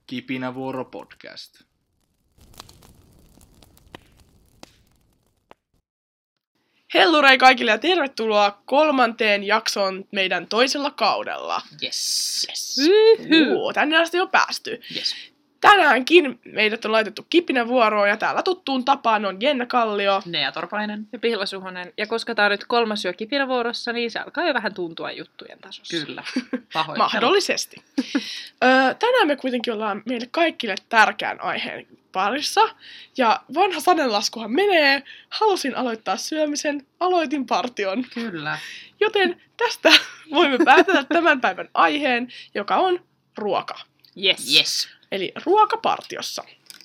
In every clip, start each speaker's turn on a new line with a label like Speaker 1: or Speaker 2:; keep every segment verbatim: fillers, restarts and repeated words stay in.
Speaker 1: Kipinävuoro podcast.
Speaker 2: Hellurei kaikille ja tervetuloa kolmanteen jaksoon meidän toisella kaudella.
Speaker 3: Yes.
Speaker 2: Yes. Uhu, tänne asti on päästy.
Speaker 3: Yes.
Speaker 2: Tänäänkin meidät on laitettu kipinävuoroon ja täällä tuttuun tapaan on Jenna Kallio.
Speaker 3: Nea Torpainen.
Speaker 4: Ja Pihla Suhonen. Ja koska tää on nyt kolmas yö kipinävuorossa, niin se alkaa jo vähän tuntua juttujen tasossa.
Speaker 3: Kyllä. Pahoin.
Speaker 2: Mahdollisesti. Ö, tänään me kuitenkin ollaan meille kaikille tärkeän aiheen parissa. Ja vanha sanenlaskuhan menee. Halusin aloittaa syömisen, aloitin partion.
Speaker 3: Kyllä.
Speaker 2: Joten tästä voimme päätellä tämän päivän aiheen, joka on ruoka.
Speaker 4: Yes.
Speaker 3: Yes.
Speaker 2: Eli ruokapartiossa.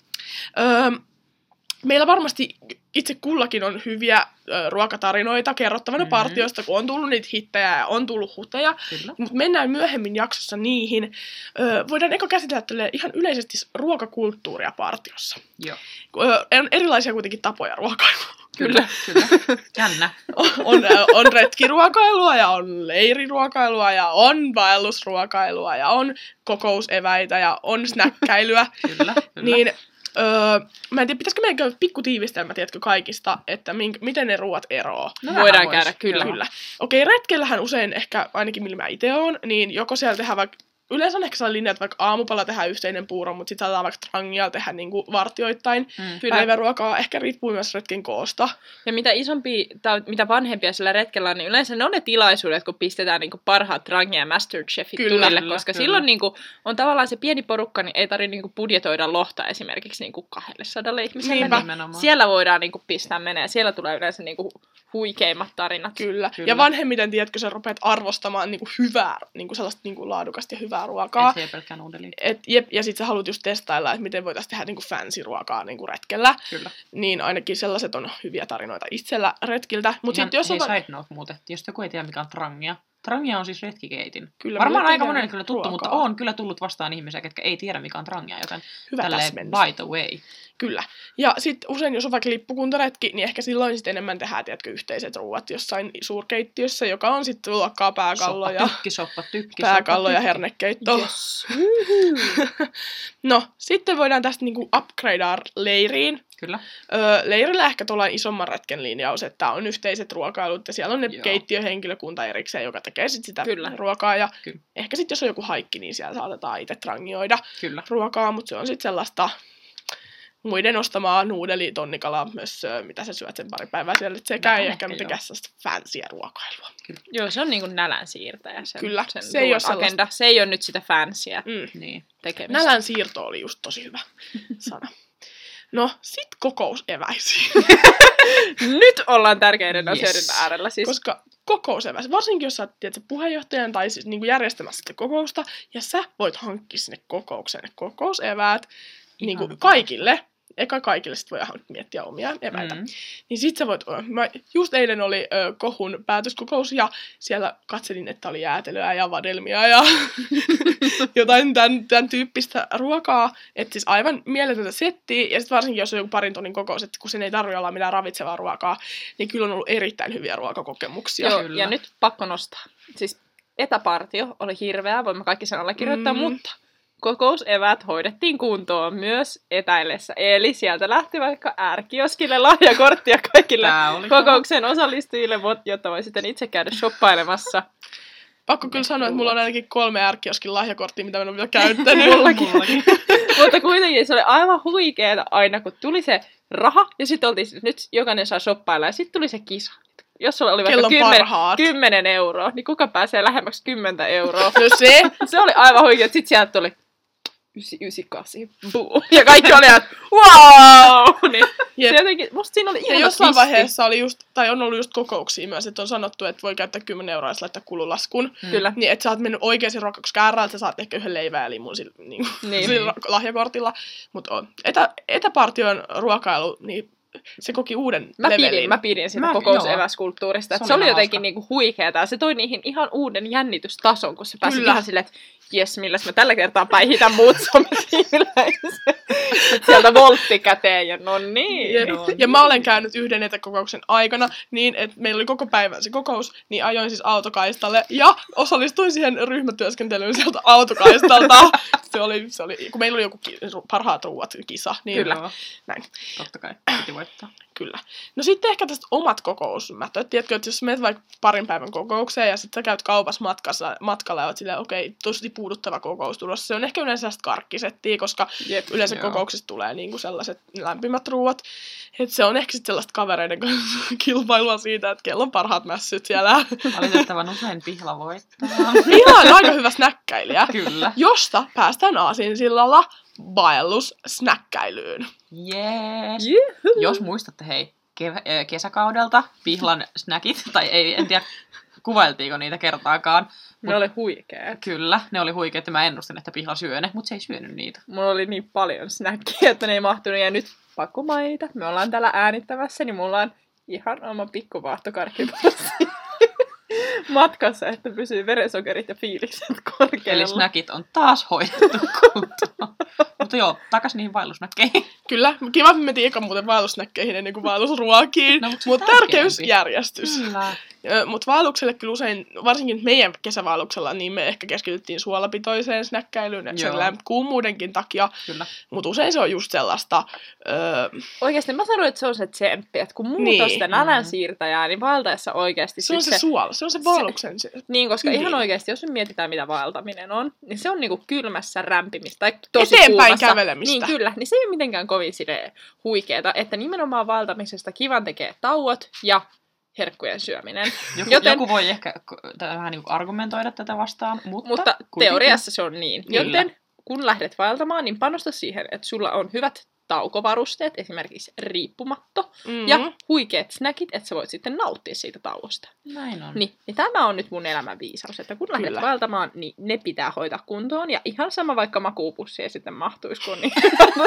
Speaker 2: Öö, meillä varmasti itse kullakin on hyviä ö, ruokatarinoita kerrottavana
Speaker 3: Mhm.
Speaker 2: partiosta, kun on tullut niitä hittejä ja on tullut huteja.
Speaker 3: Kyllä.
Speaker 2: Mutta mennään myöhemmin jaksossa niihin. Öö, voidaan eka käsitellä tälleen ihan yleisesti ruokakulttuuria partiossa.
Speaker 3: Joo.
Speaker 2: Öö, on erilaisia kuitenkin tapoja ruokailua.
Speaker 3: Kyllä. Kyllä. Jännä.
Speaker 2: on, on retkiruokailua ja on leiriruokailua ja on vaellusruokailua ja on kokouseväitä ja on snäkkäilyä.
Speaker 3: Kyllä. Kyllä.
Speaker 2: Niin, öö, mä en tiedä, pitäisikö meidän käydä pikku tiivistelmä, tiedätkö, kaikista, että mink, miten ne ruoat eroaa.
Speaker 3: No,
Speaker 4: Voidaan
Speaker 3: vähän vois.
Speaker 4: käydä, kyllä.
Speaker 2: Kyllä. Okei, retkellähän usein ehkä, ainakin millä mä itse oon, niin joko siellä tehdään vaikka, yleensä on ehkä sellainen linja, että vaikka aamupala tehdään yhteinen puuro, mutta sitten saadaan vaikka trangia tehdä niinku vartioittain
Speaker 3: Mm.
Speaker 4: Kyllä.
Speaker 2: päiväruokaa. Ehkä riippuu myös retken koosta.
Speaker 4: Ja mitä isompi, tai mitä vanhempia sillä retkellä on, niin yleensä ne on ne tilaisuudet, kun pistetään niinku parhaat rangia ja masterchefit
Speaker 2: Kyllä,
Speaker 4: tulille,
Speaker 3: kyllä,
Speaker 4: koska
Speaker 3: kyllä.
Speaker 4: silloin niinku on tavallaan se pieni porukka, niin ei tarvitse niinku budjetoida lohta esimerkiksi niinku kahdelle ihmiselle.
Speaker 2: Niinpä.
Speaker 4: Niin
Speaker 3: Nimenomaan.
Speaker 4: siellä voidaan niinku pistää menee, siellä tulee yleensä niinku huikeimmat tarinat.
Speaker 2: Kyllä.
Speaker 3: Kyllä.
Speaker 2: Ja vanhemmiten, tiedätkö, sä rupeat arvostamaan niinku hyvää, niinku sellaista niinku laadukasta ja hyvää ruokaa.
Speaker 3: Et se ei pelkkää nuudeliin.
Speaker 2: Et, jep, ja sit sä haluat just testailla, että miten voitaisiin tehdä niinku fancy ruokaa niinku retkellä.
Speaker 3: Kyllä.
Speaker 2: Niin ainakin sellaiset on hyviä tarinoita itsellä retkiltä. Mut
Speaker 3: Ihan,
Speaker 2: sit jos
Speaker 3: hei,
Speaker 2: on va-
Speaker 3: side note muuten. Jos joku ei tiedä, mikä on trangia. Trangia on siis retkikeitin.
Speaker 2: Kyllä,
Speaker 3: Varmaan
Speaker 2: me
Speaker 3: aika
Speaker 2: tehdään
Speaker 3: monelle kyllä tuttu,
Speaker 2: ruokaa.
Speaker 3: mutta on kyllä tullut vastaan ihmisiä, ketkä ei tiedä, mikä on trangia, joten
Speaker 2: Hyvä
Speaker 3: tälleen
Speaker 2: täsmennys.
Speaker 3: by the way.
Speaker 2: Kyllä. Ja sitten usein, jos on vaikka lippukuntaretki, niin ehkä silloin sit enemmän tehdään, tiedätkö, yhteiset ruuat jossain suurkeittiössä, joka on sitten luokkaa pääkallo
Speaker 3: Soppa,
Speaker 2: ja,
Speaker 3: tykki, soppa, tykki,
Speaker 2: pääkallo
Speaker 3: soppa,
Speaker 2: ja
Speaker 3: tykki.
Speaker 2: hernekeitto.
Speaker 4: Yes.
Speaker 2: No, sitten voidaan tästä niinku upgradea leiriin.
Speaker 3: Kyllä.
Speaker 2: Öö, leirillä ehkä tuollainen isomman retken linjaus, että on yhteiset ruokailut ja siellä on ne
Speaker 3: Joo.
Speaker 2: keittiöhenkilökunta erikseen, joka tekee sit sitä
Speaker 4: Kyllä.
Speaker 2: ruokaa. Ja
Speaker 3: Kyllä.
Speaker 2: ehkä sitten jos on joku haikki, niin siellä saatetaan itse trangioida
Speaker 3: Kyllä.
Speaker 2: ruokaa, mutta se on sitten sellaista muiden ostamaa nuudeli, tonnikala, mössöä, mitä sä syöt sen pari päivää siellä. Et sekään ei
Speaker 3: Vähän
Speaker 2: ehkä
Speaker 3: ehkä
Speaker 2: mitenkään
Speaker 3: joo.
Speaker 2: sellaista fancyä ruokailua.
Speaker 4: Joo, se on niinku nälän siirtäjä. Sen,
Speaker 2: Kyllä,
Speaker 4: sen
Speaker 2: se ei
Speaker 4: ruoan
Speaker 2: oo sellaista-
Speaker 4: agenda. Se ei ole nyt sitä fancyä
Speaker 2: Mm.
Speaker 3: Niin.
Speaker 4: tekemistä.
Speaker 2: Nälän siirto oli just tosi hyvä sana. No, sit kokouseväisiin.
Speaker 4: Nyt ollaan tärkeiden
Speaker 3: Yes.
Speaker 4: asioiden äärellä. Siis
Speaker 2: Koska kokouseväs, varsinkin jos sä oot tiedätkö, puheenjohtajan tai siis niin järjestämässä sitä kokousta, ja sä voit hankkia sinne kokoukseen ne kokouseväät niin kuin
Speaker 3: Ihan
Speaker 2: kaikille. Eka kaikille sit voidaan miettiä omia eväitä.
Speaker 3: Mm.
Speaker 2: Niin sit sä voit, mä just eilen oli ö, Kohun päätöskokous ja siellä katselin, että oli jäätelöä ja vadelmia ja jotain tämän, tämän tyyppistä ruokaa. Että siis aivan mieletöntä settiä ja sit varsinkin jos on joku parin tonnin kokous, että kun sen ei tarvitse olla mitään ravitsevaa ruokaa, niin kyllä on ollut erittäin hyviä ruokakokemuksia.
Speaker 4: Joo,
Speaker 3: Kyllä.
Speaker 4: ja nyt pakko nostaa. Siis etäpartio oli hirveä, voimme kaikki sen allekirjoittaa,
Speaker 2: Mm.
Speaker 4: mm. mutta kokouseväät hoidettiin kuntoon myös etäillessä. Eli sieltä lähti vaikka ärkioskille lahjakorttia kaikille
Speaker 3: Tää oli
Speaker 4: kokouksen osallistujille, jotta voi sitten itse käydä shoppailemassa.
Speaker 2: Pakko kyllä sanoa, että mulla on ainakin kolme ärkioskin lahjakorttia, mitä mä en ole vielä käyttänyt.
Speaker 3: Mullakin. Mullakin.
Speaker 4: Mutta kuitenkin se oli aivan huikeeta aina, kun tuli se raha, ja sitten oltiin, nyt jokainen saa shoppailla, ja sitten tuli se kisa. Jos sulla oli vaikka
Speaker 2: Kellon
Speaker 4: kymmen,
Speaker 2: parhaat.
Speaker 4: kymmenen euroa, niin kuka pääsee lähemmäksi kymmentä euroa?
Speaker 2: No se,
Speaker 4: Se oli aivan huikea. Sitten sieltä tuli yhdeksän yhdeksän kahdeksan. Buu. Ja kaikki oli, että wow! Niin,
Speaker 2: Jep.
Speaker 4: se jotenkin, musta siinä oli
Speaker 2: ja
Speaker 4: ihana
Speaker 2: jossain
Speaker 4: twisti.
Speaker 2: vaiheessa oli just, tai on ollut just kokouksia myös, että on sanottu, että voi käyttää kymmenen euroa ja laittaa kululaskun.
Speaker 4: Kyllä.
Speaker 2: Niin, että sä oot mennyt oikeasti ruokaa, koska äärältä sä saat ehkä yhden leivän ja limun sillä, niin,
Speaker 4: Niin.
Speaker 2: sillä lahjakortilla. Mutta etä, etäpartion ruokailu, niin se koki uuden
Speaker 4: Mä
Speaker 2: levelin.
Speaker 4: pidin, mä pidin sitä
Speaker 3: Mä-
Speaker 4: kokouseväskulttuurista. Se,
Speaker 3: Se
Speaker 4: se
Speaker 3: oli
Speaker 4: oli
Speaker 3: ihan
Speaker 4: jotenkin
Speaker 3: hauska.
Speaker 4: niinku huikeeta. Se toi niihin ihan uuden jännitystason, kun se pääsi
Speaker 2: Kyllä.
Speaker 4: ihan silleen, että jes, milläs mä tällä kertaa päihitän muut sometiimiläiset. Sieltä voltti käteen ja no niin.
Speaker 2: Jep.
Speaker 3: No
Speaker 2: Ja mä olen käynyt yhden etäkokouksen aikana niin, että meillä oli koko päivän se kokous, niin ajoin siis autokaistalle ja osallistuin siihen ryhmätyöskentelyyn sieltä autokaistalta. Se oli, se oli, kun meillä oli joku ki- parhaat ruuat kisa, niin
Speaker 3: Kyllä.
Speaker 2: Joo. näin.
Speaker 3: Totta kai, piti voittaa.
Speaker 2: Kyllä. No sitten ehkä tästä omat kokousmätöt. Tiedätkö, että jos menet vaikka parin päivän kokoukseen ja sitten sä käyt kaupassa matkassa, matkalla ja oot silleen, okei, okay, tosi puuduttava kokous tulossa. Se on ehkä yleensä sellaista karkkisettiä, koska
Speaker 4: Jep.
Speaker 2: yleensä
Speaker 3: Joo.
Speaker 2: kokouksessa tulee niinku sellaiset lämpimät ruuat. Et se on ehkä sitten sellaista kavereiden kanssa kilpailua siitä, että kello on parhaat mässyt siellä.
Speaker 3: Valitettavan usein pihla voittaa.
Speaker 2: Mila on aika hyvä snäkkäilijä,
Speaker 3: Kyllä.
Speaker 2: josta päästään aasinsillalla vaellussnäkkäilyyn.
Speaker 3: Jees.
Speaker 4: Juhu.
Speaker 3: Jos muistatte, hei, kev- äh, kesäkaudelta Pihlan snackit, tai ei, en tiedä, kuvailtiinko niitä kertaakaan.
Speaker 4: Ne oli huikeet.
Speaker 3: Kyllä, ne oli huikeet, ja mä ennustin, että Pihla syö ne, mutta se ei syönyt niitä.
Speaker 4: Mulla oli niin paljon snackia, että ne ei mahtunut. Ja nyt pakko mainita, me ollaan täällä äänittämässä, niin mulla on ihan oma pikku vaahtokarkkipussi matkassa, että pysyy verensokerit ja fiilikset
Speaker 3: Eli
Speaker 4: korkealla.
Speaker 3: snackit on taas hoidettu kuntoon. Mutta joo, takas niihin vaellusnäkkeihin.
Speaker 2: Kyllä, kiva, me mentiin eka muuten vaellusnäkkeihin ennen kuin vaellusruokiin,
Speaker 3: No, mut se
Speaker 2: mutta
Speaker 3: on
Speaker 2: tärkeysjärjestys.
Speaker 3: Kyllä.
Speaker 2: Mutta vaellukselle kyllä usein, varsinkin meidän kesävaelluksella, niin me ehkä keskityttiin suolapitoiseen snäkkäilyyn, että
Speaker 3: Joo.
Speaker 2: sen kuumuudenkin takia,
Speaker 3: Kyllä.
Speaker 2: mutta usein se on just sellaista, öö,
Speaker 4: Oikeasti mä sanoin, että se on se tsemppi, että kun muut
Speaker 2: Niin.
Speaker 4: on sitä nälän siirtäjää, niin vaeltaessa oikeasti
Speaker 2: se on
Speaker 4: sit
Speaker 2: se suola, se on se vaelluksen se.
Speaker 4: Niin, koska
Speaker 2: Niin.
Speaker 4: ihan oikeasti, jos me mietitään, mitä vaeltaminen on, niin se on niinku kylmässä rämpimistä tai tosi
Speaker 2: Eteenpäin
Speaker 4: kuumassa.
Speaker 2: kävelemistä.
Speaker 4: Niin, kyllä. Niin se ei ole mitenkään kovin silleen huikeeta, että nimenomaan vaeltamisesta kivan tekee tauot ja herkkujen syöminen.
Speaker 3: Joku,
Speaker 4: Joten-
Speaker 3: joku voi ehkä k- t- vähän niin kuin argumentoida tätä vastaan, mutta,
Speaker 4: Mutta
Speaker 3: kuitenkin.
Speaker 4: teoriassa se on niin.
Speaker 3: Kyllä.
Speaker 4: Joten kun lähdet vaeltamaan, niin panosta siihen, että sulla on hyvät taukovarusteet, esimerkiksi riippumatto,
Speaker 2: Mm-hmm.
Speaker 4: ja huikeat snackit, että sä voit sitten nauttia siitä tauosta.
Speaker 3: Näin on.
Speaker 4: Niin, niin tämä on nyt mun elämän viisaus, että kun lähdet
Speaker 2: Kyllä.
Speaker 4: vaeltamaan, niin ne pitää hoitaa kuntoon. Ja ihan sama vaikka makuupussi ei sitten mahtuisi, kun niin...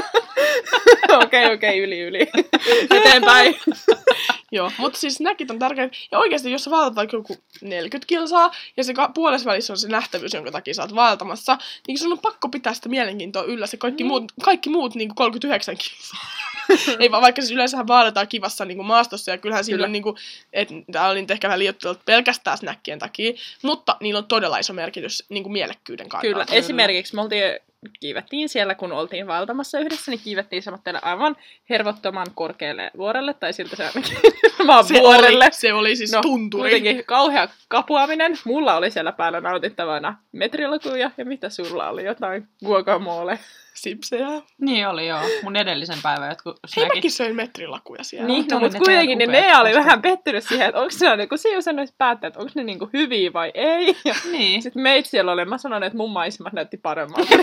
Speaker 4: Okei, okei, okay, yli, yli. Eteenpäin.
Speaker 2: Joo, mutta siis näkit on tärkeitä. Ja oikeasti, jos sä vaeltat vaikka joku neljäkymmentä kilsaa, ja se ka- puolessa välissä on se nähtävyys, jonka takia sä oot vaeltamassa, niin sun on pakko pitää sitä mielenkiintoa yllä. Se kaikki
Speaker 4: Niin.
Speaker 2: muut, kaikki muut niin kuin kolmekymmentäyhdeksän kilsaa. Ei vaan, vaikka siis yleensähän vaelletaan kivassa niin kuin maastossa, ja kyllähän siinä
Speaker 4: Kyllä.
Speaker 2: on, niin kuin, että tää oli nyt ehkä vähän liioittelua pelkästään snäkkien takia, mutta niillä on todella iso merkitys niin kuin mielekkyyden kannalta.
Speaker 4: Kyllä, esimerkiksi me oltiin, kiivettiin siellä, kun oltiin vaeltamassa yhdessä, niin kiivettiin semmoitteelle aivan hervottoman korkealle vuorelle, tai siltä se ainakin vaan
Speaker 2: se
Speaker 4: vuorelle.
Speaker 2: oli, se oli siis
Speaker 4: No,
Speaker 2: tunturi.
Speaker 4: kuitenkin kauhea kapuaminen. Mulla oli siellä päällä nautittavana metrilakuja, ja mitä sulla oli? Jotain guacamole.
Speaker 2: Sipsejä.
Speaker 3: Niin oli joo. Mun edellisen päivän jotkut
Speaker 2: Hei,
Speaker 3: snackit.
Speaker 2: mäkin söin metrilakuja siellä.
Speaker 4: Niin,
Speaker 3: mutta
Speaker 4: no,
Speaker 3: oli
Speaker 4: mutta
Speaker 3: ne
Speaker 4: kuitenkin niin
Speaker 3: teidän
Speaker 4: Nea
Speaker 3: upeat
Speaker 4: oli
Speaker 3: kostot.
Speaker 4: vähän pettynyt siihen, että onko se niin kuin Siu sanoisi päättää, että onko ne niin kuin hyviä vai ei. Ja
Speaker 3: Niin.
Speaker 4: sitten meitä siellä oli, mä sanoin, että mun maisemat näytti paremmalta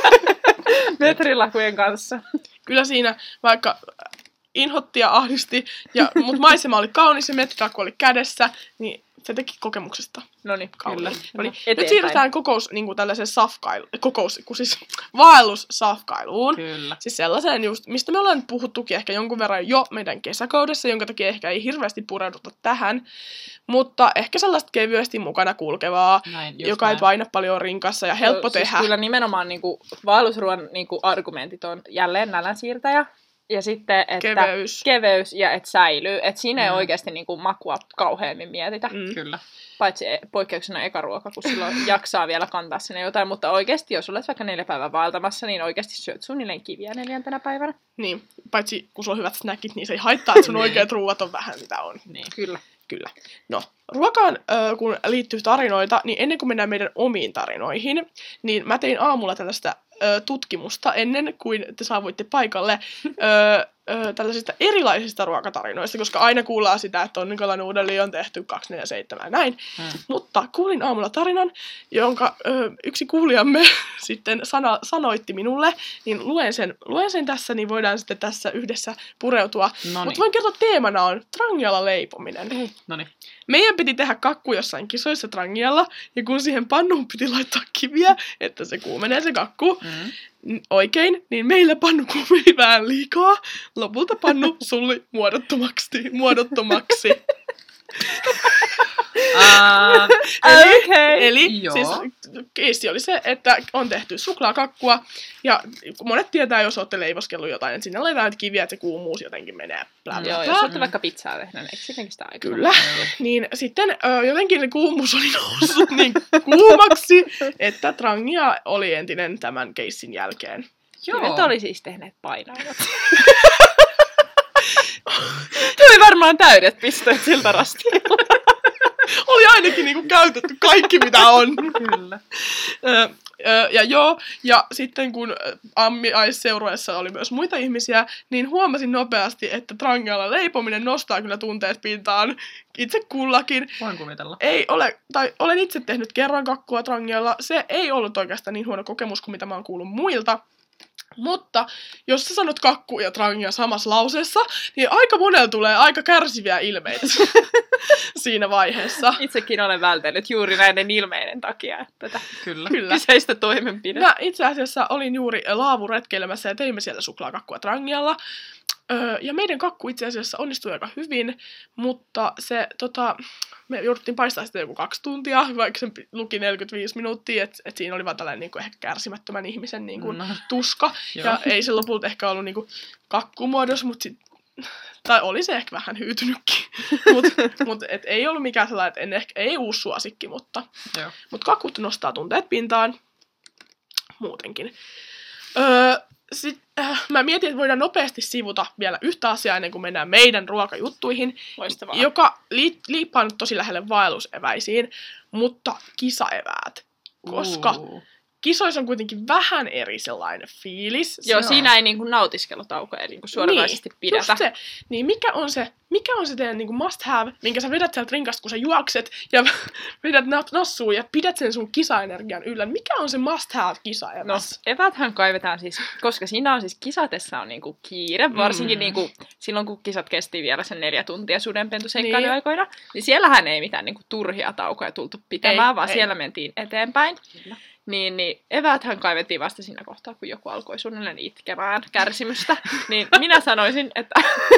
Speaker 4: metrilakujen kanssa.
Speaker 2: Kyllä siinä vaikka inhotti ja ahdisti, ja, mutta maisema oli kaunis ja metrilaku oli kädessä, niin se teki kokemuksesta
Speaker 4: No niin,
Speaker 2: kauniin.
Speaker 3: Kyllä.
Speaker 2: No niin, nyt
Speaker 4: Eteenpäin.
Speaker 2: siirrytään kokous, niin kuin tällaiseen safkailu, kokous, kun siis vaellussafkailuun.
Speaker 3: Kyllä.
Speaker 2: Siis sellaiseen just, mistä me ollaan puhuttukin ehkä jonkun verran jo meidän kesäkaudessa, jonka takia ehkä ei hirveästi pureuduta tähän, mutta ehkä sellaista kevyesti mukana kulkevaa,
Speaker 3: Näin, just
Speaker 2: joka ei
Speaker 3: näin.
Speaker 2: paina paljon rinkassa ja helppo
Speaker 4: No, siis
Speaker 2: tehdä.
Speaker 4: Kyllä nimenomaan niin kuin, vaellusruoan niin kuin, argumentit on jälleen nälänsiirtäjä. Ja sitten, että
Speaker 2: Keveys.
Speaker 4: keveys ja että säilyy. Että siinä ei
Speaker 3: Mm.
Speaker 4: oikeasti niin kuin, makua kauheammin mietitä.
Speaker 2: Mm.
Speaker 3: Kyllä.
Speaker 4: Paitsi e- poikkeuksena ekaruoka, kun silloin jaksaa vielä kantaa sinne jotain. Mutta oikeasti, jos olet vaikka neljä päivää vaeltamassa, niin oikeasti syöt suunnilleen kiviä neljäntenä päivänä.
Speaker 2: Niin, paitsi kun sulla on hyvät snackit, niin se ei haittaa, että sun
Speaker 3: Niin.
Speaker 2: oikeat ruuat on vähän mitä on.
Speaker 3: Niin.
Speaker 4: Kyllä.
Speaker 2: Kyllä. No, ruokaan äh, kun liittyy tarinoita, niin ennen kuin mennään meidän omiin tarinoihin, niin mä tein aamulla tällaista äh, tutkimusta ennen kuin te saavuitte paikalle äh, äh, tällaisista erilaisista ruokatarinoista, koska aina kuullaan sitä, että tonnikala nuudeli on tehty kaksi neljä seitsemän näin.
Speaker 3: Mm.
Speaker 2: Mutta kuulin aamulla tarinan, jonka ö, yksi kuulijamme sitten sana, sanoitti minulle, niin luen sen, luen sen tässä, niin voidaan sitten tässä yhdessä pureutua.
Speaker 3: No
Speaker 2: Mutta
Speaker 3: niin.
Speaker 2: voin kertoa, teemana on trangialla leipominen.
Speaker 3: No niin.
Speaker 2: Meidän piti tehdä kakku jossain kisoissa trangialla, ja kun siihen pannuun piti laittaa kiviä, että se kuumenee se kakku,
Speaker 3: Mm.
Speaker 2: N- Oikein, niin meillä pannu meni vähän liikaa. Lopulta pannu sulli muodottomaksi. muodottomaksi.
Speaker 3: Uh,
Speaker 2: Eli,
Speaker 4: Okay.
Speaker 2: eli
Speaker 3: Joo.
Speaker 2: siis keissi oli se, että on tehty suklaakakkua, ja monet tietää, jos olette leivoskellut jotain, että sinne laitetaan kiviä, että se kuumuus jotenkin menee. Bla, bla,
Speaker 4: Joo,
Speaker 2: bla.
Speaker 4: jos olette vaikka pizzaa tehnyt, niin eikö sittenkin sitä aika?
Speaker 2: Kyllä. Niin sitten ö, jotenkin se kuumuus oli noussut niin kuumaksi, että Trangia oli entinen tämän keissin jälkeen.
Speaker 4: Joo.
Speaker 3: Joo.
Speaker 4: Nyt oli siis tehneet painajat. Tuli varmaan täydet pisteet siltä rastilla.
Speaker 2: Oli ainakin niinku käytetty kaikki, mitä on.
Speaker 3: Kyllä.
Speaker 2: Ö, ö, ja joo, ja sitten kun Ammi-aisseurueessa oli myös muita ihmisiä, niin huomasin nopeasti, että Trangialla leipominen nostaa kyllä tunteet pintaan itse kullakin.
Speaker 3: Voin kuvitella.
Speaker 2: Ei ole, tai olen itse tehnyt kerran kakkua Trangialla. Se ei ollut oikeastaan niin huono kokemus kuin mitä mä oon kuullut muilta. Mutta jos sä sanot kakku ja Trangia samassa lauseessa, niin aika monella tulee aika kärsiviä ilmeitä siinä vaiheessa.
Speaker 4: Itsekin olen vältellyt juuri näiden ilmeiden takia että tätä
Speaker 3: Kyllä.
Speaker 2: Kyllä.
Speaker 4: kyseistä toimenpidettä.
Speaker 2: Mä itse asiassa olin juuri laavuretkeilemässä ja teimme siellä suklaakakkua Trangialla. Öö, ja meidän kakku itse asiassa onnistui aika hyvin, mutta se, tota, me jouduttiin paistaa sitä joku kaksi tuntia, vaikka se luki neljäkymmentäviisi minuuttia, että et siinä oli vaan tällainen niinku, ehkä kärsimättömän ihmisen niinku,
Speaker 3: No.
Speaker 2: tuska.
Speaker 3: Joo.
Speaker 2: Ja ei se lopulta ehkä ollut niinku, kakkumuodossa, mutta sit, tai oli se ehkä vähän hyytynytkin. Mutta mut, et ei ollut mikään sellainen, että en ehkä, ei uusi suosikki, mutta,
Speaker 3: Joo.
Speaker 2: mutta kakut nostaa tunteet pintaan muutenkin. Öö, Sit, äh, mä mietin, että voidaan nopeasti sivuta vielä yhtä asiaa ennen kuin mennään meidän ruokajuttuihin,
Speaker 4: Loistavaa.
Speaker 2: joka li- liippaa nyt tosi lähelle vaelluseväisiin, mutta kisaeväät. Koska
Speaker 3: Uh.
Speaker 2: kisoissa on kuitenkin vähän eri sellainen fiilis.
Speaker 4: Joo,
Speaker 3: Se
Speaker 4: siinä ei niinku nautiskelutaukoja niinku suoranaisesti
Speaker 2: niin,
Speaker 4: pidetä.
Speaker 2: just se. Niin mikä on se, mikä on se teidän niinku must have, minkä sä vedät sieltä rinkasta, kun sä juokset ja vedät nassuun ja pidät sen sun kisaenergian yllä. Mikä on se must have
Speaker 4: No,
Speaker 2: kisaeväs?
Speaker 4: eväthän kaivetaan siis, koska siinä on siis kisatessa on niinku kiire, varsinkin
Speaker 3: Mm.
Speaker 4: niinku silloin kun kisat kesti vielä sen neljä tuntia
Speaker 2: Niin.
Speaker 4: sudenpentuseikkailuaikoina, niin siellähän ei mitään niinku turhia taukoja tultu pitämään,
Speaker 2: Ei,
Speaker 4: vaan
Speaker 2: ei.
Speaker 4: siellä mentiin eteenpäin.
Speaker 3: Kyllä.
Speaker 4: Niin, niin eväthän kaivettiin vasta siinä kohtaa, kun joku alkoi suunnilleen itkemään kärsimystä. Niin minä sanoisin, että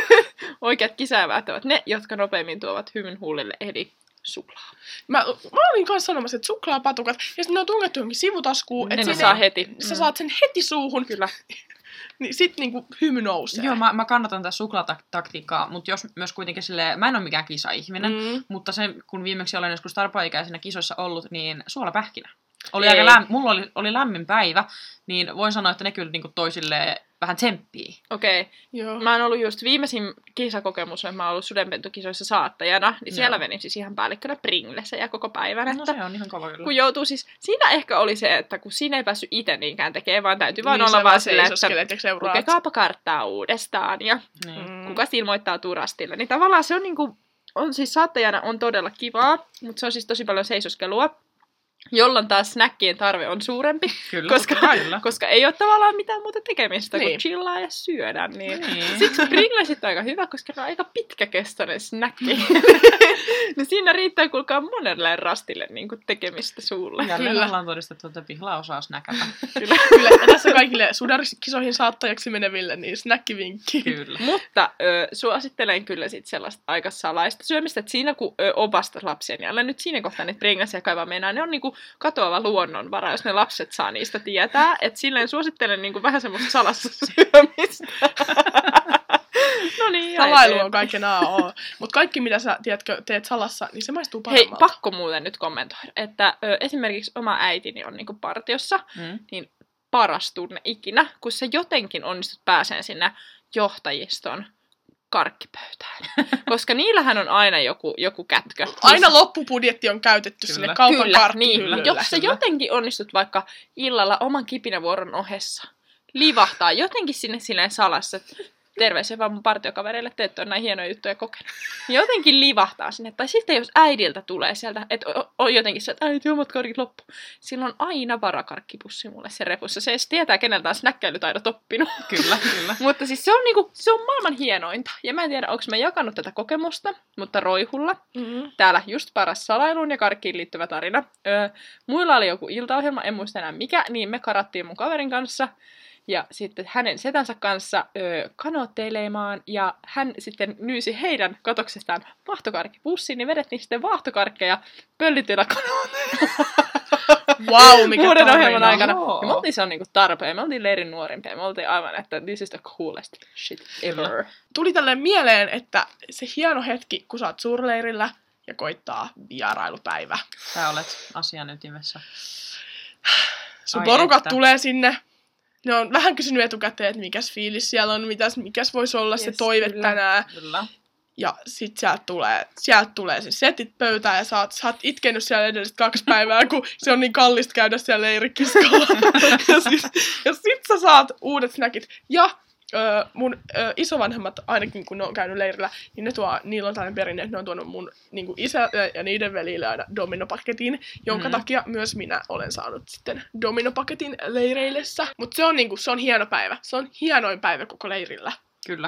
Speaker 4: oikeat kisaeväät ovat ne, jotka nopeimmin tuovat hymyn huulille, eli suklaa.
Speaker 2: Mä, mä olin kanssa sanomassa, että suklaapatukat, ja sitten ne on tungettu johonkin sivutaskuun,
Speaker 4: Ne
Speaker 2: että
Speaker 4: ne
Speaker 2: sinne-
Speaker 4: saa heti.
Speaker 2: sä saat sen heti suuhun,
Speaker 4: Kyllä.
Speaker 2: niin sit niinku hymy nousee.
Speaker 3: Joo, mä, mä kannatan tätä suklaataktiikkaa, mutta jos myös kuitenkin silleen, mä en ole mikään kisaihminen,
Speaker 2: Mm.
Speaker 3: mutta se, kun viimeksi olen joskus tarpaikäisenä kisoissa ollut, niin suolapähkinä. Oli
Speaker 4: Ei.
Speaker 3: aika läm, mulla oli, oli lämmin päivä, niin voin sanoa, että ne kyllä niinku toi silleen vähän tsemppii.
Speaker 4: Okei. Okay.
Speaker 2: Joo.
Speaker 4: Mä oon ollut just viimeisin kisakokemus, että mä oon ollut sudenpentukisoissa saattajana, niin siellä
Speaker 3: Joo.
Speaker 4: venin siis ihan päällikkönä Pringlessä ja koko päivän,
Speaker 3: No
Speaker 4: että
Speaker 3: se on ihan kova kyllä.
Speaker 4: kun joutuu siis, siinä ehkä oli se, että kun siinä ei päässyt itse niinkään tekemään, vaan täytyy vaan
Speaker 2: Niin,
Speaker 4: olla
Speaker 2: sä
Speaker 4: vaan
Speaker 2: vaan
Speaker 4: silleen, että
Speaker 2: seisoskelet ja seuraat.
Speaker 4: lukekaapa karttaa uudestaan ja
Speaker 3: Niin.
Speaker 2: Mm.
Speaker 4: kuka ilmoittautuu rastille. Niin tavallaan se on niinku, on siis saattajana on todella kivaa, mutta se on siis tosi paljon seisoskelua, jolloin taas snackien tarve on suurempi,
Speaker 3: Kyllä,
Speaker 4: koska,
Speaker 3: totta kai, kyllä.
Speaker 4: koska ei ole tavallaan mitään muuta tekemistä kuin
Speaker 2: Niin.
Speaker 4: chillaa ja syödä. Niin.
Speaker 3: Niin.
Speaker 4: Siksi Pringlesit on aika hyvä, koska ne on aika pitkäkestoinen snacki. niin siinä riittää kuulkaa monelle rastille niin kuin tekemistä suulle.
Speaker 3: Jälleen
Speaker 2: Kyllä.
Speaker 3: ollaan todistettu, että Pihla osaa snäkätä.
Speaker 4: Kyllä.
Speaker 2: Kyllä, ja tässä kaikille sudarikisoihin saattajaksi meneville, niin snäkkivinkki.
Speaker 3: Kyllä.
Speaker 4: Mutta ö, suosittelen kyllä sit sellaista aika salaista syömistä, että siinä kun ö, opastat lapsia, niin älä nyt siinä kohtaa niitä Pringlesia kaivaa meinaa. Ne on niinku katoava luonnonvara, jos ne lapset saa niistä tietää. Että silleen suosittelen niinku vähän semmoista salassa syömistä. No niin, ja
Speaker 2: Salailu on
Speaker 4: eteenpäin.
Speaker 2: kaiken A O. Mutta kaikki, mitä sä tiedätkö, teet salassa, niin se maistuu
Speaker 4: Hei,
Speaker 2: paremmalta.
Speaker 4: pakko muuten nyt kommentoida, että ö, esimerkiksi oma äitini on niinku partiossa,
Speaker 3: Mm.
Speaker 4: niin paras tunne ikinä, kun sä jotenkin onnistut pääseen sinne johtajiston karkkipöytään. Koska niillähän on aina joku, joku kätkö.
Speaker 2: Aina loppubudjetti on käytetty
Speaker 3: Kyllä.
Speaker 2: sinne kaupan
Speaker 4: Kyllä, niin.
Speaker 2: karkkihyllylle.
Speaker 4: Jos sä jotenkin onnistut vaikka illalla oman kipinävuoron ohessa livahtaa jotenkin sinne silleen salassa, että terveisiä vaan mun partiokavereille, te ette ole näin hienoja juttuja kokenut. Jotenkin livahtaa sinne. Tai sitten jos äidiltä tulee sieltä, että on jotenkin se, että äiti, omat karkit loppu. Silloin on aina varakarkkipussi mulle se repussa. Se edes tietää, keneltä on snäkkäilytaidot oppinut.
Speaker 3: Kyllä, kyllä.
Speaker 4: Mutta siis se on, niinku, se on maailman hienointa. Ja mä en tiedä, onko mä jakanut tätä kokemusta, mutta Roihulla.
Speaker 2: Mm-hmm.
Speaker 4: Täällä just paras salailuun ja karkkiin liittyvä tarina. Öö, muilla oli joku iltaohjelma, en muista enää mikä, niin me karattiin mun kaverin kanssa. Ja sitten hänen setänsä kanssa öö, kanootteilemaan, ja hän sitten nyysi heidän katoksestaan vaahtokarkkipussiin, niin vedettiin sitten vaahtokarkkeja pöllitillä kanooteilla.
Speaker 2: Wow, mikä
Speaker 4: Vuoden
Speaker 2: tarina.
Speaker 4: ohjelman aikana.
Speaker 3: Joo.
Speaker 4: Ja me oltiin se niinku tarpeen, me oltiin leirin nuorimpia, me oltiin aivan, että this is the coolest shit ever.
Speaker 2: Tuli tälleen mieleen, että se hieno hetki, kun sä oot suurleirillä ja koittaa vierailupäivä.
Speaker 3: Sä olet asian ytimessä.
Speaker 2: Sun
Speaker 3: Ai
Speaker 2: porukat
Speaker 3: että.
Speaker 2: tulee sinne. Ne on vähän kysynyt etukäteen, että mikäs fiilis siellä on, mitäs, mikäs voisi olla se
Speaker 4: Yes,
Speaker 2: toive
Speaker 4: kyllä.
Speaker 2: tänään.
Speaker 3: Kyllä.
Speaker 2: Ja sit sieltä tulee, sieltä tulee se setit pöytään ja sä oot, sä oot itkenyt siellä edelliset kaksi päivää, kun se on niin kallista käydä siellä leirikiskolla. ja, sit, ja sit sä saat uudet snäkit. Ja ö, mun ö, isovanhemmat, ainakin kun ne on käynyt leirillä, niin ne tuo, niillä on tällainen perinne, että ne on tuonut mun niin kuin isä ja niiden velille aina dominopaketin, jonka
Speaker 3: Mhm.
Speaker 2: takia myös minä olen saanut sitten dominopaketin leireillessä. Mutta se on niinku, se on hieno päivä. Se on hienoin päivä koko leirillä.
Speaker 3: Kyllä.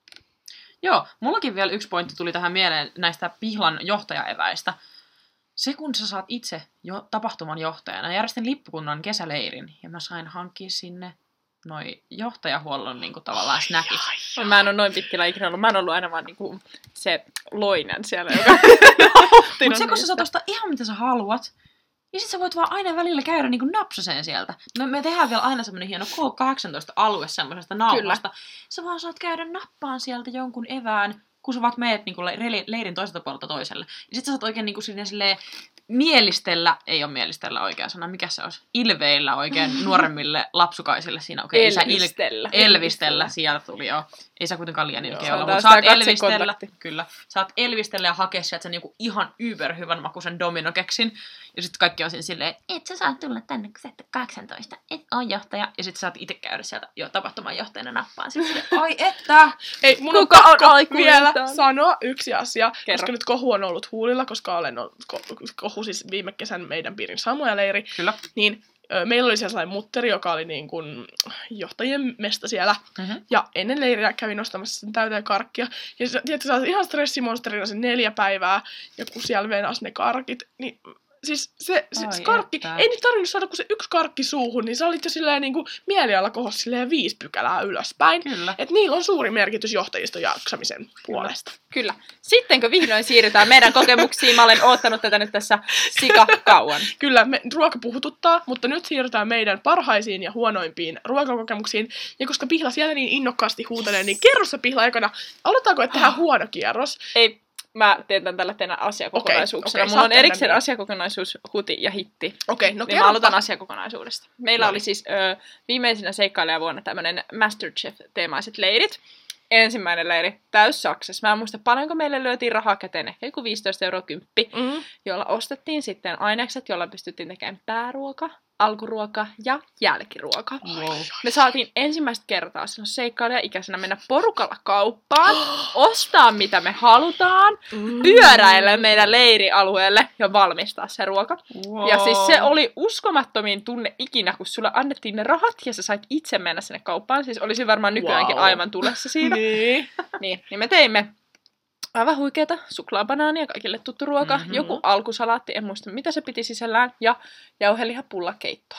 Speaker 3: Joo, mullakin vielä yksi pointti tuli tähän mieleen näistä Pihlan johtajaeväistä. Se, kun sä saat itse jo tapahtuman johtajana, järjestin lippukunnan kesäleirin, ja mä sain hankkia sinne noi johtajahuollon niinku tavallaan snäkit.
Speaker 4: Mä en ole noin pitkillä ikinä ollut. Mä oon ollut aina vaan niinku se loinen siellä, joka
Speaker 3: Mutta se, kun sä saat ostaa ihan mitä sä haluat, ja sit sä voit vaan aina välillä käydä niinku napsaseen sieltä. Me, me tehdään vielä aina semmonen hieno K kahdeksantoista-alue semmosesta naamasta. Sä vaan saat käydä nappaan sieltä jonkun evään, kun sä vaan meet niinku le- leirin toiselta puolelta toiselle. Ja sit sä saat oikein niinku sinne silleen mielistellä, ei ole mielistellä oikea sana, mikä se olisi? Ilveillä oikein nuoremmille lapsukaisille siinä. Okay,
Speaker 4: Elvistellä.
Speaker 3: Il- elvistellä, sieltä tuli jo. Ei saa kuitenkaan liian ilkeä
Speaker 4: Joo.
Speaker 3: olla,
Speaker 4: Se on
Speaker 3: mutta
Speaker 4: taas
Speaker 3: saat
Speaker 4: tää
Speaker 3: elvistellä.
Speaker 4: katsekontakti.
Speaker 3: Kyllä. Saat elvistellä ja hakea sieltä sen joku ihan yberhyvän makuisen dominokeksin. Ja sitten kaikki on siinä silleen, et sä saat tulla tänne, kun sä et ole kahdeksantoista, et oo johtaja. Ja sitten saat itse käydä sieltä jo tapahtuman johtajana nappaan. Sitten silleen, ai että!
Speaker 2: Ei, mun
Speaker 4: Kuka
Speaker 2: on
Speaker 4: on
Speaker 2: pakko
Speaker 4: aikuinen
Speaker 2: vielä
Speaker 4: täällä?
Speaker 2: sanoa yksi asia,
Speaker 4: Kerro.
Speaker 2: koska nyt kohu on ollut huulilla, koska olen ollut, ko- kohu siis viime kesän meidän piirin Samoja leiri,
Speaker 3: Kyllä.
Speaker 2: niin ö, meillä oli siellä sellainen mutteri, joka oli niin kuin johtajien mesta siellä,
Speaker 3: Mm-hmm.
Speaker 2: ja ennen leiriä kävin ostamassa sen täyteen karkkia, ja sä, tiedätkö, sä oot ihan stressimonsterina sen neljä päivää, ja kun siellä venas ne karkit, niin siis se, se,
Speaker 3: Ai
Speaker 2: se karkki,
Speaker 3: että.
Speaker 2: ei nyt tarvinnut saada kuin se yksi karkki suuhun, niin sä olit jo silleen niin kuin mieliala kohos silleen viisi pykälää ylöspäin.
Speaker 3: Kyllä.
Speaker 2: Että niillä on suuri merkitys johtajiston jaksamisen puolesta.
Speaker 4: Kyllä. Sittenkö vihdoin siirrytään meidän kokemuksiin? Mä olen oottanut tätä nyt tässä sika kauan.
Speaker 2: Kyllä, me, ruoka puhututtaa, mutta nyt siirrytään meidän parhaisiin ja huonoimpiin ruokakokemuksiin. Ja koska Pihla siellä niin innokkaasti huutelee, niin kerro se Pihla aikana. Aloitaanko, että tehdään huono kierros?
Speaker 4: Ei, mä teen tän tällä teidän asiakokonaisuuksena.
Speaker 2: Okei, okei,
Speaker 4: Mulla on
Speaker 2: saat tehdä
Speaker 4: erikseen
Speaker 2: niin.
Speaker 4: asiakokonaisuus, huti ja hitti.
Speaker 2: Okei, no
Speaker 4: Niin mä aloitan
Speaker 2: kerropa.
Speaker 4: asiakokonaisuudesta. Meillä
Speaker 2: No
Speaker 4: oli
Speaker 2: niin.
Speaker 4: siis ö, viimeisenä seikkailijavuonna tämmönen Masterchef-teemaiset leirit. Ensimmäinen leiri täys Saksassa. Mä en muista paljonko meille lyötiin rahaa käteen, ehkä joku viisitoista euroa kymppi,
Speaker 2: Mm.
Speaker 4: jolla ostettiin sitten ainekset, jolla pystyttiin tekemään pääruoka, alkuruoka ja jälkiruoka.
Speaker 3: Wow.
Speaker 4: Me saatiin ensimmäistä kertaa silloin seikkailija-ikäisenä mennä porukalla kauppaan, ostaa mitä me halutaan,
Speaker 2: Mm.
Speaker 4: pyöräillä meidän leirialueelle ja valmistaa se ruoka.
Speaker 3: Wow.
Speaker 4: Ja siis se oli uskomattomin tunne ikinä, kun sulle annettiin ne rahat ja sä sait itse mennä sinne kauppaan. Siis olisi varmaan nykyäänkin
Speaker 2: Wow.
Speaker 4: aivan tulessa siinä.
Speaker 2: Niin.
Speaker 4: niin, niin me teimme aivan huikeeta suklaabanaania, kaikille tuttu ruoka,
Speaker 3: Mhm.
Speaker 4: joku alkusalaatti, en muista mitä se piti sisällään, ja jauhelihapullakeittoa.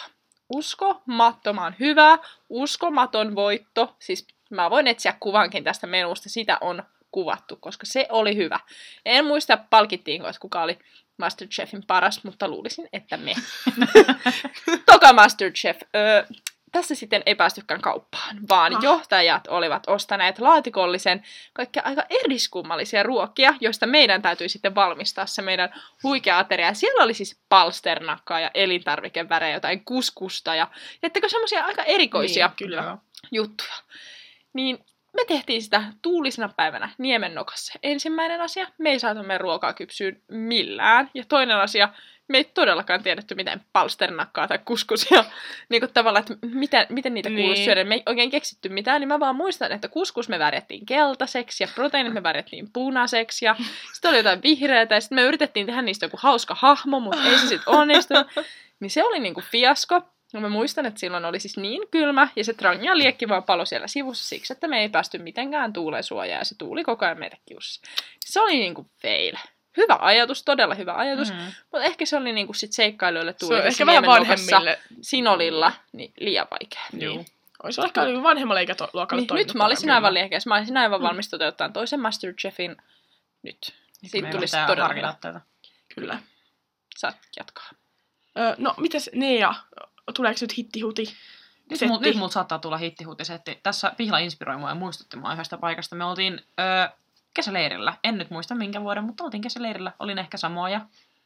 Speaker 4: Uskomattoman hyvä, uskomaton voitto. Siis mä voin etsiä kuvankin tästä menusta, sitä on kuvattu, koska se oli hyvä. En muista palkittiinko, että kuka oli Masterchefin paras, mutta luulisin, että me. Toka Masterchef. Öö, tässä sitten ei päästykään kauppaan, vaan
Speaker 2: Ah.
Speaker 4: johtajat olivat ostaneet laatikollisen kaikkia aika eriskummallisia ruokia, joista meidän täytyy sitten valmistaa se meidän huikea ateria. Ja siellä oli siis palsternakkaa ja elintarvikevärejä, jotain kuskusta ja jättekö semmoisia aika erikoisia
Speaker 2: Niin, kyllä.
Speaker 4: juttuja. Niin me tehtiin sitä tuulisena päivänä Niemennokassa. Ensimmäinen asia, me ei saatu meidän ruokaa kypsyyn millään. Ja toinen asia, me ei todellakaan tiedetty, miten palsternakkaa tai kuskusia, niin kuin tavallaan, että miten, miten niitä kuuluisi
Speaker 2: Niin.
Speaker 4: syödä. Me ei oikein keksitty mitään, niin mä vaan muistan, että kuskus me värjättiin keltaiseksi ja proteiinit me värjättiin punaiseksi ja sitten oli jotain vihreätä ja sitten me yritettiin tehdä niistä joku hauska hahmo, mutta ei se sitten onnistunut. Niin se oli niinku fiasko. No mä muistan, että silloin oli siis niin kylmä, ja se Trangia liekki vaan palo siellä sivussa siksi, että me ei päästy mitenkään tuuleen suojaan, ja se tuuli koko ajan meitä kiussa. Se oli niinku fail. Hyvä ajatus, todella hyvä ajatus,
Speaker 3: Mm.
Speaker 4: mutta ehkä se oli niinku sit seikkailijoille
Speaker 2: Se on
Speaker 4: tuuli
Speaker 2: ehkä vähän vanhemmille.
Speaker 4: Sinolilla niin liian vaikea.
Speaker 2: Niin. Olisi ehkä ollut vanhemmalle ikäluokalle
Speaker 4: Niin,
Speaker 2: toiminut
Speaker 4: nyt mä olisin
Speaker 2: paremmin.
Speaker 4: aivan liekeissä. Mä olisin aivan
Speaker 2: Mm.
Speaker 4: valmis toteuttamaan toisen Masterchefin nyt. Siitä
Speaker 3: Meidän
Speaker 4: tulisi
Speaker 3: pitää
Speaker 4: todella
Speaker 3: harkita
Speaker 4: hyvä.
Speaker 3: tätä.
Speaker 2: Kyllä.
Speaker 4: Saat jatkaa.
Speaker 2: Ö, no, mites Nea? Tuleeko nyt hittihuti?
Speaker 3: Nyt,
Speaker 2: Setti.
Speaker 3: mul, nyt multa saattaa tulla hittihutisetti. Tässä Pihla inspiroi mua ja muistutti mua yhdestä paikasta. Me oltiin ö, kesäleirillä. En nyt muista minkä vuoden, mutta oltiin kesäleirillä. Olin ehkä samoja.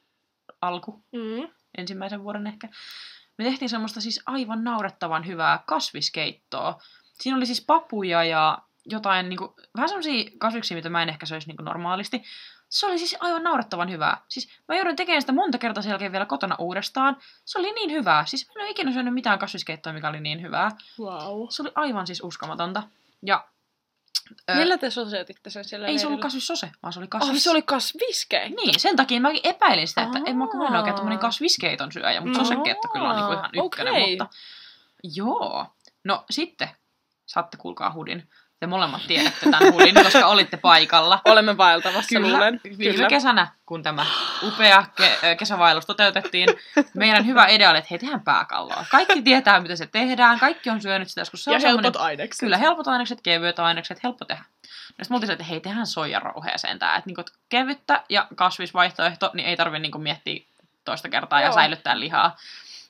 Speaker 3: Alku.
Speaker 2: Mm.
Speaker 3: Ensimmäisen vuoden ehkä. Me tehtiin semmoista siis aivan naurettavan hyvää kasviskeittoa. Siinä oli siis papuja ja jotain niinku, vähän semmosia kasviksia, mitä mä en ehkä söisi niinku normaalisti. Se oli siis aivan naurettavan hyvää. Siis mä joudun tekemään sitä monta kertaa sen jälkeen vielä kotona uudestaan. Se oli niin hyvää. Siis mä en ole ikinä syönyt mitään kasviskeittoa, mikä oli niin hyvää.
Speaker 2: Wow.
Speaker 3: Se oli aivan siis uskomatonta. Ja ö,
Speaker 4: Millä te soseutitte sen siellä
Speaker 3: ei se ollut
Speaker 4: leirillä?
Speaker 3: kasvissose, vaan se oli
Speaker 4: Oh,
Speaker 3: kasvis.
Speaker 4: se oli kasviskeitto.
Speaker 3: Niin, sen takia mäkin epäilin sitä, että en mä kun mä en
Speaker 4: Aa.
Speaker 3: oikein tommonen kasviskeiton syöjä, mutta
Speaker 2: Aa,
Speaker 3: sosekeitto kyllä on niinku ihan ykkönen,
Speaker 4: okei.
Speaker 3: mutta joo. No sitten saatte kuulkaa hudin. Te molemmat tiedätte tämän hudin, koska olitte paikalla.
Speaker 4: Olemme vaeltamassa,
Speaker 3: Kyllä,
Speaker 4: luulen.
Speaker 3: viime kesänä, kun tämä upea ke- kesävaellus toteutettiin, meidän hyvä idea oli, että hei, tehdään pääkalloa. Kaikki tietää, mitä se tehdään, kaikki on syönyt sitä, koska se
Speaker 2: Ja
Speaker 3: on
Speaker 2: helpot
Speaker 3: semmoinen-
Speaker 2: ainekset.
Speaker 3: Kyllä, helpot ainekset, kevyet ainekset, helppo tehdä. Ja sitten me oltiin, että hei, tehdään soijarouheeseen tää, että niinku, että kevyttä ja kasvisvaihtoehto, niin ei tarvitse niinku miettiä toista kertaa ja
Speaker 4: Joo.
Speaker 3: säilyttää lihaa.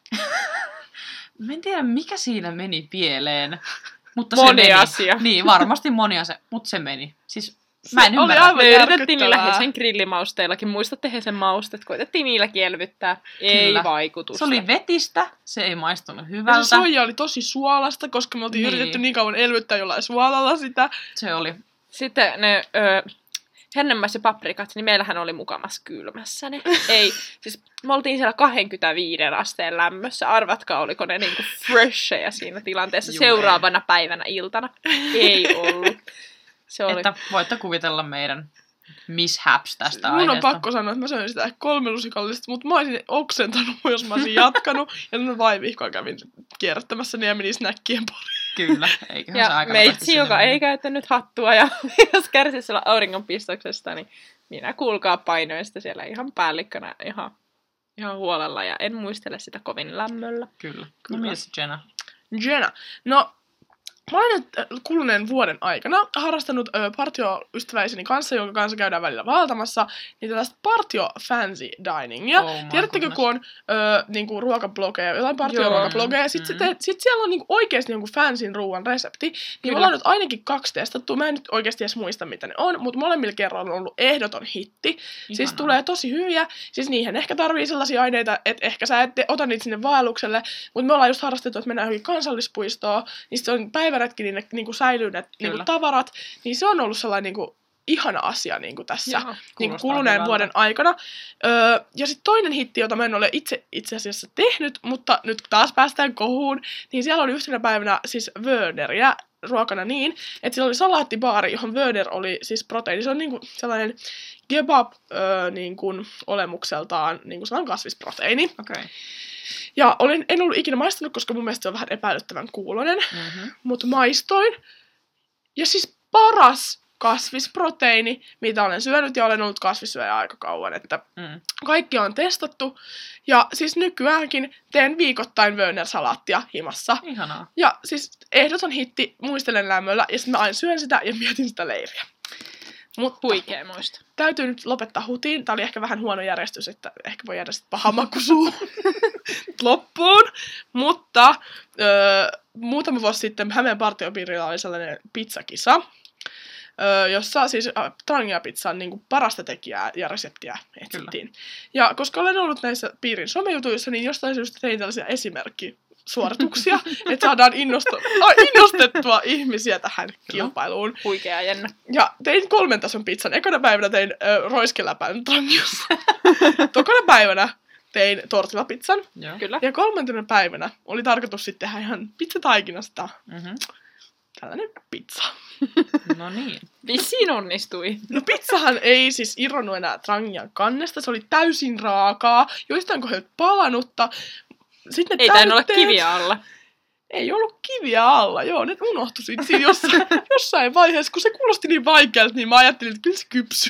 Speaker 3: Mä en tiedä, mikä siinä meni pieleen. Mutta se
Speaker 4: Moni
Speaker 3: meni.
Speaker 4: asia.
Speaker 3: Niin, varmasti moni asia, mutta se meni. Siis mä en
Speaker 2: oli
Speaker 3: ymmärrä.
Speaker 2: aivan
Speaker 4: Me yritettiin
Speaker 2: järkyttävää.
Speaker 4: niillä Hesen grillimausteilla,kin Muistatte Hesen maustet? Koitettiin niilläkin elvyttää. Ei
Speaker 3: Kyllä.
Speaker 4: vaikutusta.
Speaker 3: Se oli vetistä, se ei maistunut
Speaker 2: Ja
Speaker 3: hyvältä.
Speaker 2: se soija oli tosi suolasta, koska me oltiin
Speaker 3: Niin.
Speaker 2: yritetty niin kauan elvyttää jollain suolalla sitä.
Speaker 3: Se oli.
Speaker 4: Sitten ne ö, hennemmäs ja paprikat, niin meillähän oli mukamas kylmässä ne. Ei, siis me oltiin siellä kaksikymmentäviisi asteen lämmössä. Arvatkaa, oliko ne niinku freshejä siinä tilanteessa
Speaker 3: Juu,
Speaker 4: seuraavana päivänä iltana. Ei ollut. Se oli.
Speaker 3: Että voitte kuvitella meidän mishaps tästä
Speaker 2: Mun on
Speaker 3: aiheesta.
Speaker 2: pakko sanoa, että mä söin sitä ehkä kolme lusikallista, mutta mä olisin oksentanut, jos mä olisin jatkanut. Ja nyt vaivihkoa kävin kierrättämässä niin ja meni snäkkien pariin.
Speaker 3: Kyllä, eiköhän se
Speaker 4: Ja
Speaker 3: aika
Speaker 4: meitsi,
Speaker 3: nopeasti
Speaker 4: joka
Speaker 3: sinne
Speaker 4: ei
Speaker 3: mene.
Speaker 4: käyttänyt hattua ja jos kärsi siellä auringonpistoksesta, niin minä kuulkaa painoin sitä siellä ihan päällikkönä ihan, ihan huolella ja en muistele sitä kovin lämmöllä.
Speaker 3: Kyllä. No
Speaker 2: Kyllä.
Speaker 3: mitäs Jenna?
Speaker 2: Jenna. No, mä olen nyt äh, kuluneen vuoden aikana harrastanut ö, partioystäväiseni kanssa, jonka kanssa käydään välillä vaeltamassa, niin tällaista partio fancy diningia.
Speaker 3: Oh my
Speaker 2: Tiedättekö,
Speaker 3: goodness.
Speaker 2: kun on ö, niinku ruokablogeja, jotain partioruokablogeja, ja sitten
Speaker 3: Mm.
Speaker 2: mm. sit siellä on niinku oikeasti jonkun fansin ruoan resepti, niin
Speaker 4: Kyllä.
Speaker 2: me ollaan nyt ainakin kaksi testattu. Mä en nyt oikeasti edes muista, mitä ne on, mutta molemmilla kerroilla on ollut ehdoton hitti. Siis
Speaker 3: Ihanaa.
Speaker 2: tulee tosi hyviä. Siis niihin ehkä tarvii sellaisia aineita, että ehkä sä et ota niitä sinne vaellukselle, mutta me ollaan just harrastettu, että mennään johonkin kansallispuistoon, niin se on päiväretki, niin ne niinku säilyy ne niinku tavarat, niin se on ollut sellainen niinku ihana asia niinku tässä
Speaker 4: Joo,
Speaker 2: niinku
Speaker 3: kuulostaa
Speaker 2: kuluneen
Speaker 3: hyvältä.
Speaker 2: vuoden aikana. Öö, ja sitten toinen hitti, jota mä en ole itse, itse asiassa tehnyt, mutta nyt taas päästään kohuun, niin siellä oli yhtenä päivänä siis Wörneriä ruokana niin, että siellä oli salaattibaari, johon Wörner oli siis proteiini. Se on niinku sellainen kebab öö, niinku olemukseltaan niinku sellainen kasvisproteiini.
Speaker 3: Okei. Okay.
Speaker 2: Ja olin, en ollut ikinä maistanut, koska mun mielestä se on vähän epäilyttävän kuulonen,
Speaker 3: Mm-hmm.
Speaker 2: mutta maistoin. Ja siis paras kasvisproteiini, mitä olen syönyt, ja olen ollut kasvissyöjä aika kauan, että
Speaker 3: Mm.
Speaker 2: kaikki on testattu. Ja siis nykyäänkin teen viikoittain Wörner-salaattia himassa.
Speaker 3: Ihanaa.
Speaker 2: Ja siis ehdoton hitti, muistelen lämmöllä, ja sitten mä aina syön sitä ja mietin sitä leiriä. Mutta
Speaker 4: Huikea muista.
Speaker 2: täytyy nyt lopettaa hutiin. Tää oli ehkä vähän huono järjestys, että ehkä voi jäädä sitten paha maku suuhun loppuun. Mutta öö, muutama vuosi sitten Hämeen partiopiirillä oli sellainen pizzakisa, öö, jossa siis äh, Trangia-pizzan niin parasta tekijää ja reseptiä etsittiin. Ja koska olen ollut näissä piirin somejutuissa, niin jostain syystä tein tällaisia esimerkkisuorituksia, että saadaan innosta- ah, innostettua ihmisiä tähän kilpailuun.
Speaker 4: Huikea jännä.
Speaker 2: Ja tein kolmen tason pizzan. Ekana päivänä tein ö, roiskeläpän Trangiassa. Tokana päivänä tein tortillapizzan.
Speaker 3: Joo.
Speaker 4: Kyllä.
Speaker 2: Ja kolmantena päivänä oli tarkoitus sitten tehdä ihan pizzataikinasta
Speaker 3: Mm-hmm.
Speaker 2: tällainen pizza.
Speaker 3: No niin.
Speaker 4: Vissiin onnistui.
Speaker 2: No pizzahan ei siis irronnut enää trangian kannesta, se oli täysin raakaa, joistain kohdilta palanutta. Sitten ne
Speaker 4: Ei tainnut olla
Speaker 2: täytteet-
Speaker 4: kiviä alla.
Speaker 2: Ei ollut kiviä alla, joo, ne unohtui sitten siinä jossain, jossain vaiheessa, kun se kuulosti niin vaikealta, niin mä ajattelin, että kyllä se kypsyy.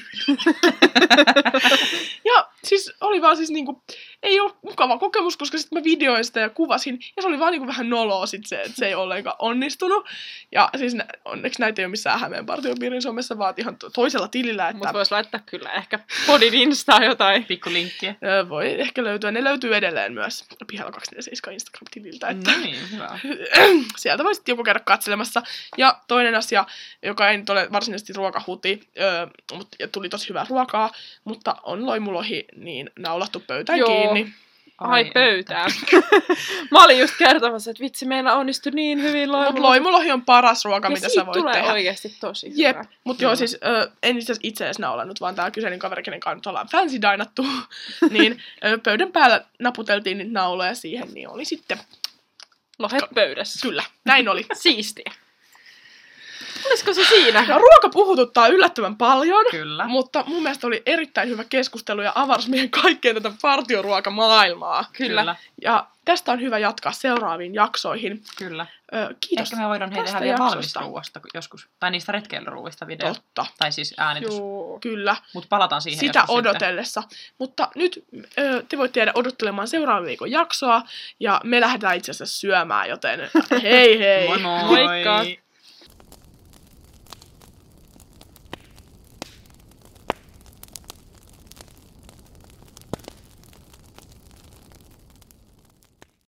Speaker 2: Ja siis oli vaan siis niinku, ei ollut mukava kokemus, koska sitten mä videoin sitä ja kuvasin, ja se oli vaan niinku vähän noloa sit se, että se ei ollenkaan onnistunut. Ja siis nä- onneksi näitä ei ole missään Hämeen partiopiirin somessa, vaan ihan to- toisella tilillä, että
Speaker 4: Mutta vois laittaa kyllä ehkä podin instaa jotain.
Speaker 3: Pikku linkkiä.
Speaker 2: ö, voi ehkä löytyä. Ne löytyy edelleen myös Pihalla kaksisataaneljäkymmentäseitsemän Instagram-tililtä, että
Speaker 3: No niin, hyvä.
Speaker 2: sieltä voisit joku käydä katselemassa. Ja toinen asia, joka ei nyt ole varsinaisesti ruokahuti, öö, mutta tuli tosi hyvää ruokaa, mutta on loimulohi niin naulattu pöytään
Speaker 4: Joo.
Speaker 2: kiinni.
Speaker 4: Ai pöytään. Mä olin just kertomassa, että vitsi, meillä onnistui niin hyvin
Speaker 2: Mutta
Speaker 4: loimulohi.
Speaker 2: loimulohi on paras ruoka,
Speaker 4: Ja
Speaker 2: mitä
Speaker 4: siitä
Speaker 2: sä voit
Speaker 4: tulee
Speaker 2: tehdä.
Speaker 4: oikeasti tosi
Speaker 2: Jep,
Speaker 4: hyvä.
Speaker 2: mutta joo siis ö, en itse asiassa itse edes naulannut, vaan tää kyseinen kaveri, kenen kanssa nyt ollaan fancy dinattu, niin ö, pöydän päällä naputeltiin niitä nauloja siihen, niin oli sitten,
Speaker 4: Lohet pöydässä.
Speaker 2: kyllä, näin oli.
Speaker 4: Siistiä. Olisiko se siinä?
Speaker 2: No, ruoka puhututtaa yllättävän paljon,
Speaker 3: Kyllä.
Speaker 2: mutta mun mielestä oli erittäin hyvä keskustelu ja avasi meidän kaikkeen tätä partioruokamaailmaa.
Speaker 3: Kyllä.
Speaker 2: Ja tästä on hyvä jatkaa seuraaviin jaksoihin.
Speaker 3: Kyllä.
Speaker 2: Ö, kiitos.
Speaker 3: Ehkä me voidaan heitä
Speaker 2: tästä
Speaker 3: tehdä vielä
Speaker 2: jaksosta.
Speaker 3: valmisruuasta joskus. Tai niistä retkeilyruuista video.
Speaker 2: Totta,
Speaker 3: Tai siis äänitys.
Speaker 4: Joo.
Speaker 2: kyllä.
Speaker 3: Mutta palataan siihen
Speaker 2: Sitä
Speaker 3: joskus
Speaker 2: odotellessa. Mutta nyt ö, te voitte jäädä odottelemaan seuraavan viikon jaksoa. Ja me lähdetään itse asiassa syömään, joten hei hei!
Speaker 3: sitten. Moi moi!
Speaker 4: Moikka!